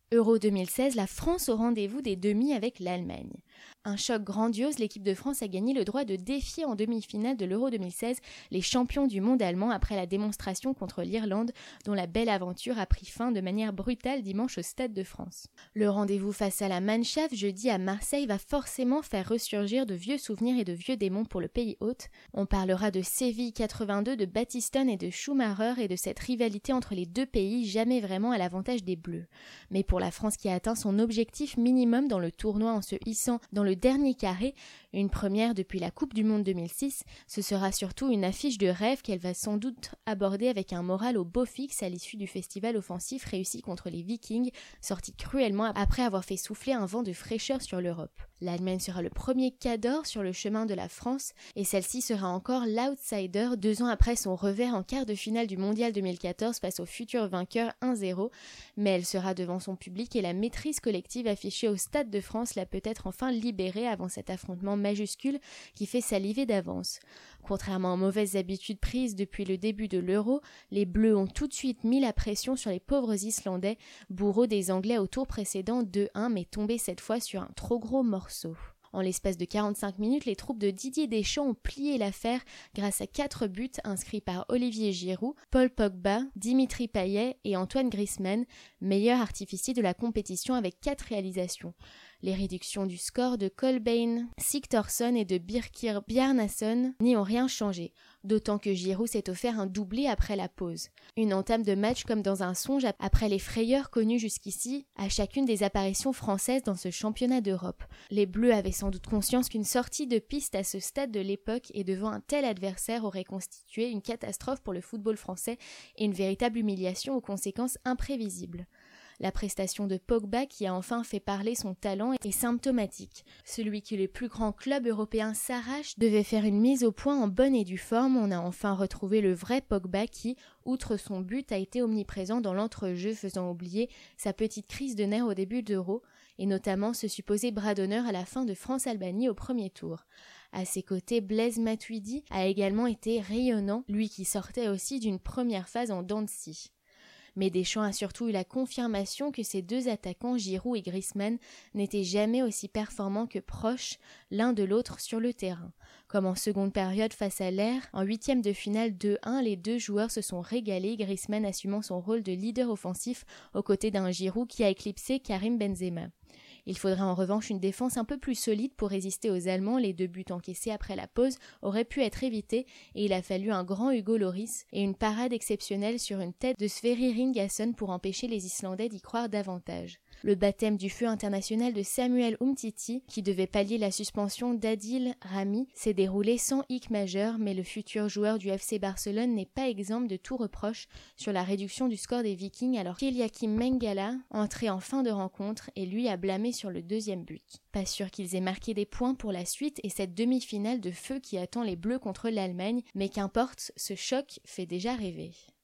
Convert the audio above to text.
Euro 2016, la France au rendez-vous des demi avec l'Allemagne. Un choc grandiose, l'équipe de France a gagné le droit de défier en demi-finale de l'Euro 2016 les champions du monde allemands après la démonstration contre l'Irlande, dont la belle aventure a pris fin de manière brutale dimanche au Stade de France. Le rendez-vous face à la Mannschaft jeudi à Marseille va forcément faire ressurgir de vieux souvenirs et de vieux démons pour le pays hôte. On parlera de Séville 82, de Battiston et de Schumacher et de cette rivalité entre les deux pays jamais vraiment à l'avantage des Bleus. Mais pour la France qui a atteint son objectif minimum dans le tournoi en se hissant dans le dernier carré, une première depuis la Coupe du Monde 2006, ce sera surtout une affiche de rêve qu'elle va sans doute aborder avec un moral au beau fixe à l'issue du festival offensif réussi contre les Vikings, sorti cruellement après avoir fait souffler un vent de fraîcheur sur l'Europe. L'Allemagne sera le premier cador sur le chemin de la France et celle-ci sera encore l'outsider 2 ans après son revers en quart de finale du Mondial 2014 face au futur vainqueur 1-0, mais elle sera devant son public et la maîtrise collective affichée au Stade de France l'a peut-être enfin libérée avant cet affrontement majuscule qui fait saliver d'avance. Contrairement aux mauvaises habitudes prises depuis le début de l'Euro, les Bleus ont tout de suite mis la pression sur les pauvres Islandais, bourreaux des Anglais au tour précédent 2-1 mais tombés cette fois sur un trop gros morceau. En l'espace de 45 minutes, les troupes de Didier Deschamps ont plié l'affaire grâce à 4 buts inscrits par Olivier Giroud, Paul Pogba, Dimitri Payet et Antoine Griezmann, meilleur artificier de la compétition avec 4 réalisations. Les réductions du score de Kolbeinn Sigthorsson et de Birkir Bjarnason n'y ont rien changé, d'autant que Giroud s'est offert un doublé après la pause. Une entame de match comme dans un songe après les frayeurs connues jusqu'ici à chacune des apparitions françaises dans ce championnat d'Europe. Les Bleus avaient sans doute conscience qu'une sortie de piste à ce stade de l'époque et devant un tel adversaire aurait constitué une catastrophe pour le football français et une véritable humiliation aux conséquences imprévisibles. La prestation de Pogba qui a enfin fait parler son talent est symptomatique. Celui que les plus grands clubs européens s'arrachent devait faire une mise au point en bonne et due forme. On a enfin retrouvé le vrai Pogba qui, outre son but, a été omniprésent dans l'entrejeu faisant oublier sa petite crise de nerfs au début d'Euro et notamment ce supposé bras d'honneur à la fin de France-Albanie au premier tour. À ses côtés, Blaise Matuidi a également été rayonnant, lui qui sortait aussi d'une première phase en dents de scie. Mais Deschamps a surtout eu la confirmation que ces deux attaquants, Giroud et Griezmann, n'étaient jamais aussi performants que proches l'un de l'autre sur le terrain. Comme en seconde période face à l'Air, en 8e de finale 2-1, les deux joueurs se sont régalés, Griezmann assumant son rôle de leader offensif aux côtés d'un Giroud qui a éclipsé Karim Benzema. Il faudrait en revanche une défense un peu plus solide pour résister aux Allemands. Les 2 buts encaissés après la pause auraient pu être évités et il a fallu un grand Hugo Lloris et une parade exceptionnelle sur une tête de Sverrir Ingason pour empêcher les Islandais d'y croire davantage. Le baptême du feu international de Samuel Umtiti, qui devait pallier la suspension d'Adil Rami, s'est déroulé sans hic majeur, mais le futur joueur du FC Barcelone n'est pas exempt de tout reproche sur la réduction du score des Vikings alors qu'Eliakim Mengala, entré en fin de rencontre, et lui a blâmé sur le 2e but. Pas sûr qu'ils aient marqué des points pour la suite et cette demi-finale de feu qui attend les Bleus contre l'Allemagne, mais qu'importe, ce choc fait déjà rêver.